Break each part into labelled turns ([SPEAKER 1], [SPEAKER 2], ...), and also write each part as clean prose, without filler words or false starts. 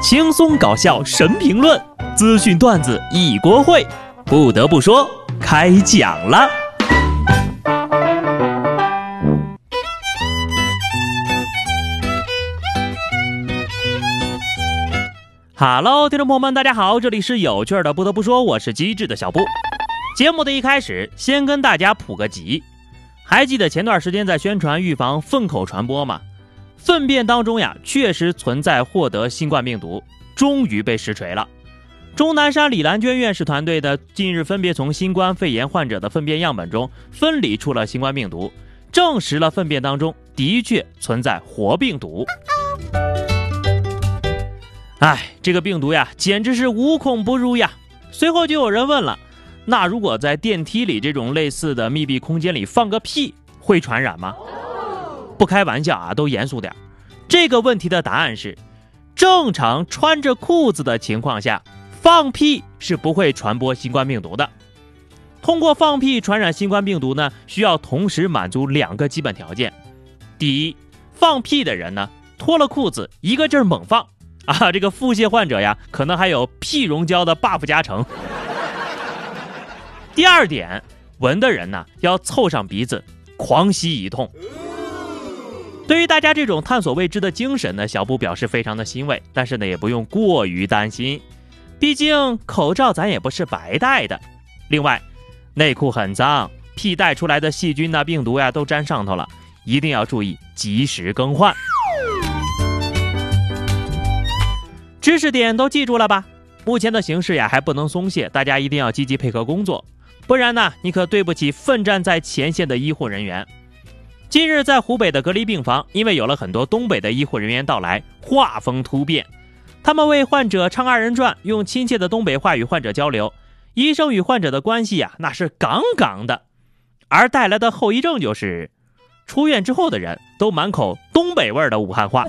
[SPEAKER 1] 轻松搞笑神评论，资讯段子一锅烩。不得不说，开讲了。Hello， 听众朋友们，大家好，这里是有趣的。不得不说，我是机智的小布。节目的一开始，先跟大家普个及。还记得前段时间在宣传预防粪口传播吗？粪便当中呀，确实存在获得新冠病毒，终于被实锤了。钟南山李兰娟院士团队的近日分别从新冠肺炎患者的粪便样本中分离出了新冠病毒，证实了粪便当中的确存在活病毒。这个病毒呀，简直是无孔不入呀！随后就有人问了，那如果在电梯里这种类似的密闭空间里放个屁，会传染吗？不开玩笑啊，都严肃点。这个问题的答案是，正常穿着裤子的情况下，放屁是不会传播新冠病毒的。通过放屁传染新冠病毒呢，需要同时满足两个基本条件。第一，放屁的人呢，脱了裤子一个劲儿猛放啊，这个腹泻患者呀，可能还有屁溶胶的 buff 加成。第二点，闻的人呢，要凑上鼻子狂吸一通。对于大家这种探索未知的精神呢，小布表示非常的欣慰，但是呢，也不用过于担心，毕竟口罩咱也不是白戴的。另外，内裤很脏，屁带出来的细菌病毒呀都粘上头了，一定要注意及时更换。知识点都记住了吧？目前的形势呀还不能松懈，大家一定要积极配合工作，不然呢，你可对不起奋战在前线的医护人员。近日在湖北的隔离病房，因为有了很多东北的医护人员到来，画风突变。他们为患者唱二人转，用亲切的东北话与患者交流，医生与患者的关系那是杠杠的。而带来的后遗症就是，出院之后的人都满口东北味的武汉话。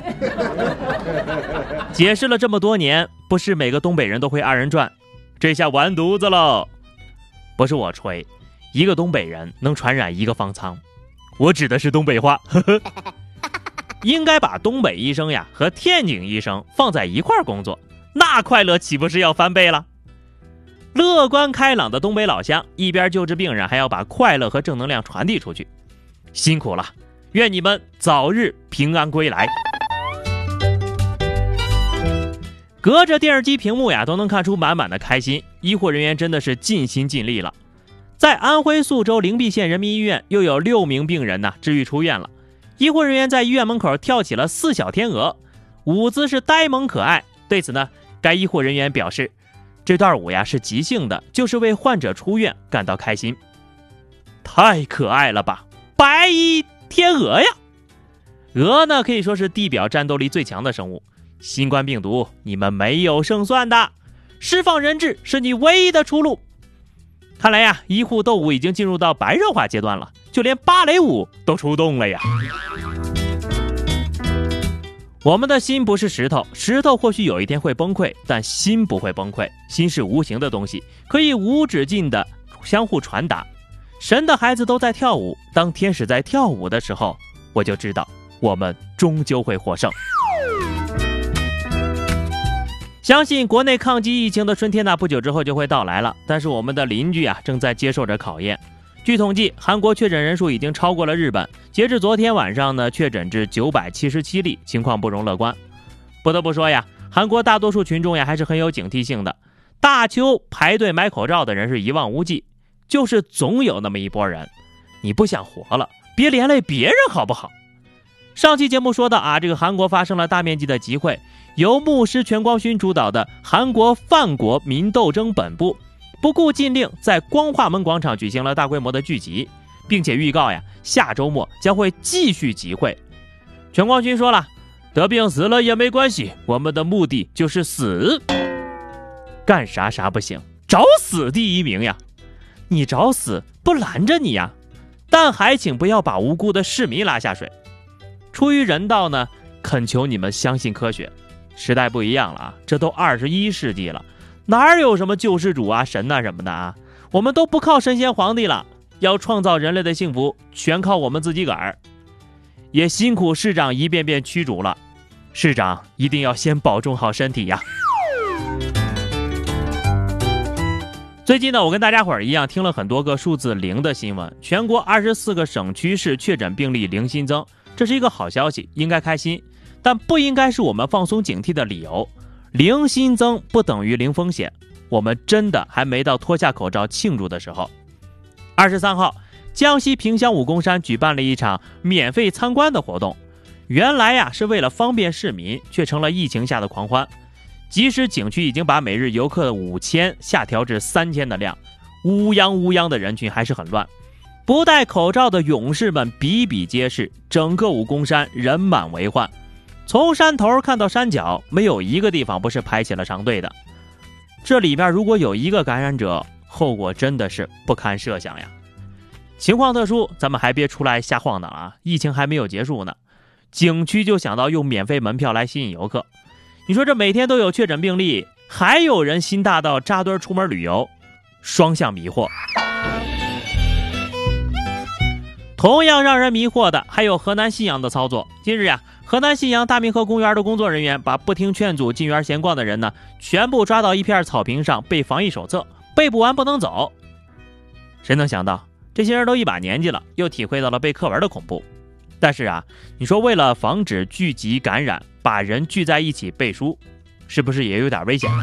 [SPEAKER 1] 解释了这么多年，不是每个东北人都会二人转，这下完犊子了。不是我吹，一个东北人能传染一个方舱。我指的是东北话，应该把东北医生呀和天津医生放在一块工作，那快乐岂不是要翻倍了？乐观开朗的东北老乡，一边救治病人，还要把快乐和正能量传递出去，辛苦了，愿你们早日平安归来。隔着电视机屏幕呀，都能看出满满的开心，医护人员真的是尽心尽力了。在安徽宿州灵璧县人民医院，又有6名病人治愈出院了。医护人员在医院门口跳起了4小天鹅，舞姿是呆萌可爱。对此呢，该医护人员表示，这段舞是即兴的，就是为患者出院感到开心。太可爱了吧，白衣天鹅呀！鹅呢，可以说是地表战斗力最强的生物。新冠病毒，你们没有胜算的，释放人质是你唯一的出路。看来呀，医护斗舞已经进入到白热化阶段了，就连芭蕾舞都出动了呀。我们的心不是石头，石头或许有一天会崩溃，但心不会崩溃。心是无形的东西，可以无止境的相互传达。神的孩子都在跳舞，当天使在跳舞的时候，我就知道我们终究会获胜。相信国内抗击疫情的春天不久之后就会到来了，但是我们的邻居正在接受着考验。据统计，韩国确诊人数已经超过了日本，截至昨天晚上呢，确诊至977例，情况不容乐观。不得不说呀，韩国大多数群众还是很有警惕性的。大邱排队买口罩的人是一望无际，就是总有那么一波人，你不想活了，别连累别人好不好？上期节目说到这个韩国发生了大面积的集会，由牧师全光勋主导的韩国犯国民斗争本部不顾禁令，在光化门广场举行了大规模的聚集，并且预告下周末将会继续集会。全光勋说了，得病死了也没关系，我们的目的就是死。干啥不行，找死第一名呀！你找死不拦着你呀，但还请不要把无辜的市民拉下水。出于人道呢，恳求你们相信科学。时代不一样了这都21世纪了，哪有什么救世主神什么的我们都不靠神仙皇帝了，要创造人类的幸福全靠我们自己个儿。也辛苦市长一遍遍驱逐了， 市长一定要先保重好身体呀。最近呢，我跟大家伙儿一样听了很多个数字0的新闻，全国24个省区市确诊病例零新增，这是一个好消息，应该开心，但不应该是我们放松警惕的理由。零新增不等于零风险，我们真的还没到脱下口罩庆祝的时候。23号，江西萍乡武功山举办了一场免费参观的活动，原来呀是为了方便市民，却成了疫情下的狂欢。即使景区已经把每日游客5000下调至3000的量，乌泱的人群还是很乱。不戴口罩的勇士们比比皆是，整个武功山人满为患，从山头看到山脚，没有一个地方不是排起了长队的。这里面如果有一个感染者，后果真的是不堪设想呀。情况特殊，咱们还别出来瞎晃荡啊，疫情还没有结束呢，景区就想到用免费门票来吸引游客。你说这每天都有确诊病例，还有人心大到扎堆出门旅游，双向迷惑。同样让人迷惑的还有河南信阳的操作。近日呀，河南信阳大明河公园的工作人员把不听劝阻进园闲逛的人呢，全部抓到一片草坪上背防疫手册，背不完不能走。谁能想到这些人都一把年纪了，又体会到了背课文的恐怖。但是啊，你说为了防止聚集感染，把人聚在一起背书，是不是也有点危险？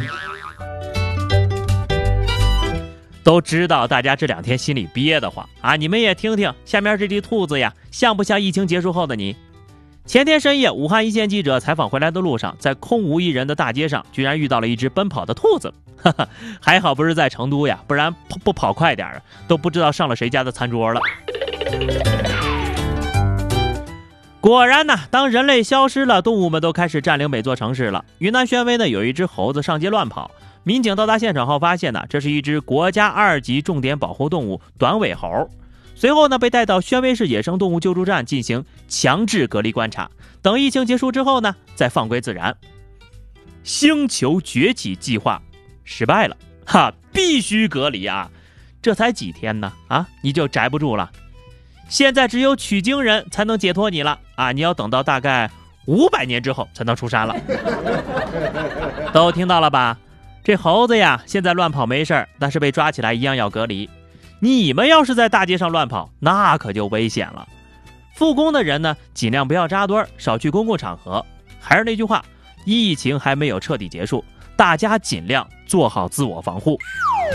[SPEAKER 1] 都知道大家这2天心里憋得慌啊，你们也听听下面这只兔子呀，像不像疫情结束后的你？前天深夜，武汉一线记者采访回来的路上，在空无一人的大街上，居然遇到了一只奔跑的兔子。还好不是在成都呀，不然不跑快点都不知道上了谁家的餐桌了。果然呢，当人类消失了，动物们都开始占领每座城市了。云南宣威呢，有一只猴子上街乱跑，民警到达现场后发现呢，这是一只国家2级重点保护动物短尾猴。随后呢，被带到宣威市野生动物救助站进行强制隔离观察，等疫情结束之后呢，再放归自然。星球崛起计划失败了，必须隔离啊！这才几天呢，你就宅不住了。现在只有取经人才能解脱你了啊！你要等到大概500年之后才能出山了。都听到了吧？这猴子呀，现在乱跑没事，但是被抓起来一样要隔离。你们要是在大街上乱跑，那可就危险了。复工的人呢，尽量不要扎堆，少去公共场合。还是那句话，疫情还没有彻底结束，大家尽量做好自我防护。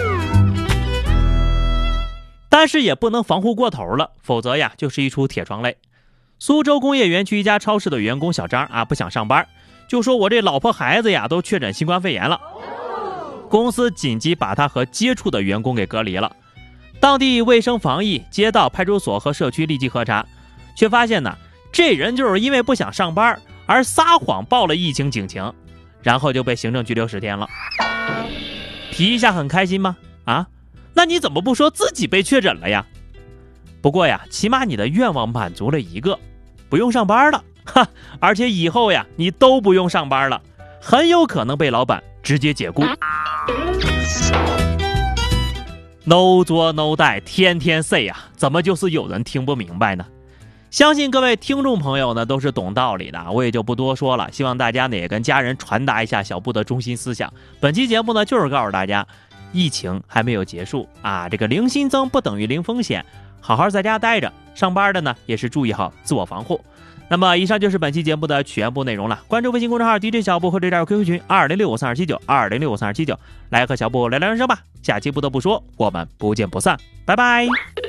[SPEAKER 1] 但是也不能防护过头了，否则呀就是一出铁窗泪。苏州工业园区一家超市的员工小张不想上班，就说我这老婆孩子呀都确诊新冠肺炎了。公司紧急把他和接触的员工给隔离了。当地卫生防疫、街道、派出所和社区立即核查，却发现呢，这人就是因为不想上班而撒谎报了疫情警情，然后就被行政拘留10天了。皮一下很开心吗？那你怎么不说自己被确诊了呀？不过呀，起码你的愿望满足了一个，不用上班了，而且以后呀，你都不用上班了，很有可能被老板直接解雇。No 作 No 带，天天 say 呀，怎么就是有人听不明白呢？相信各位听众朋友呢都是懂道理的，我也就不多说了。希望大家呢也跟家人传达一下小布的中心思想。本期节目呢就是告诉大家，疫情还没有结束这个零新增不等于零风险，好好在家待着，上班的呢也是注意好自我防护。那么以上就是本期节目的全部内容了。关注微信公众号 DJ 小布或者加入 QQ 群20653279 20653279，来和小布聊聊人生吧。下期不得不说，我们不见不散，拜拜。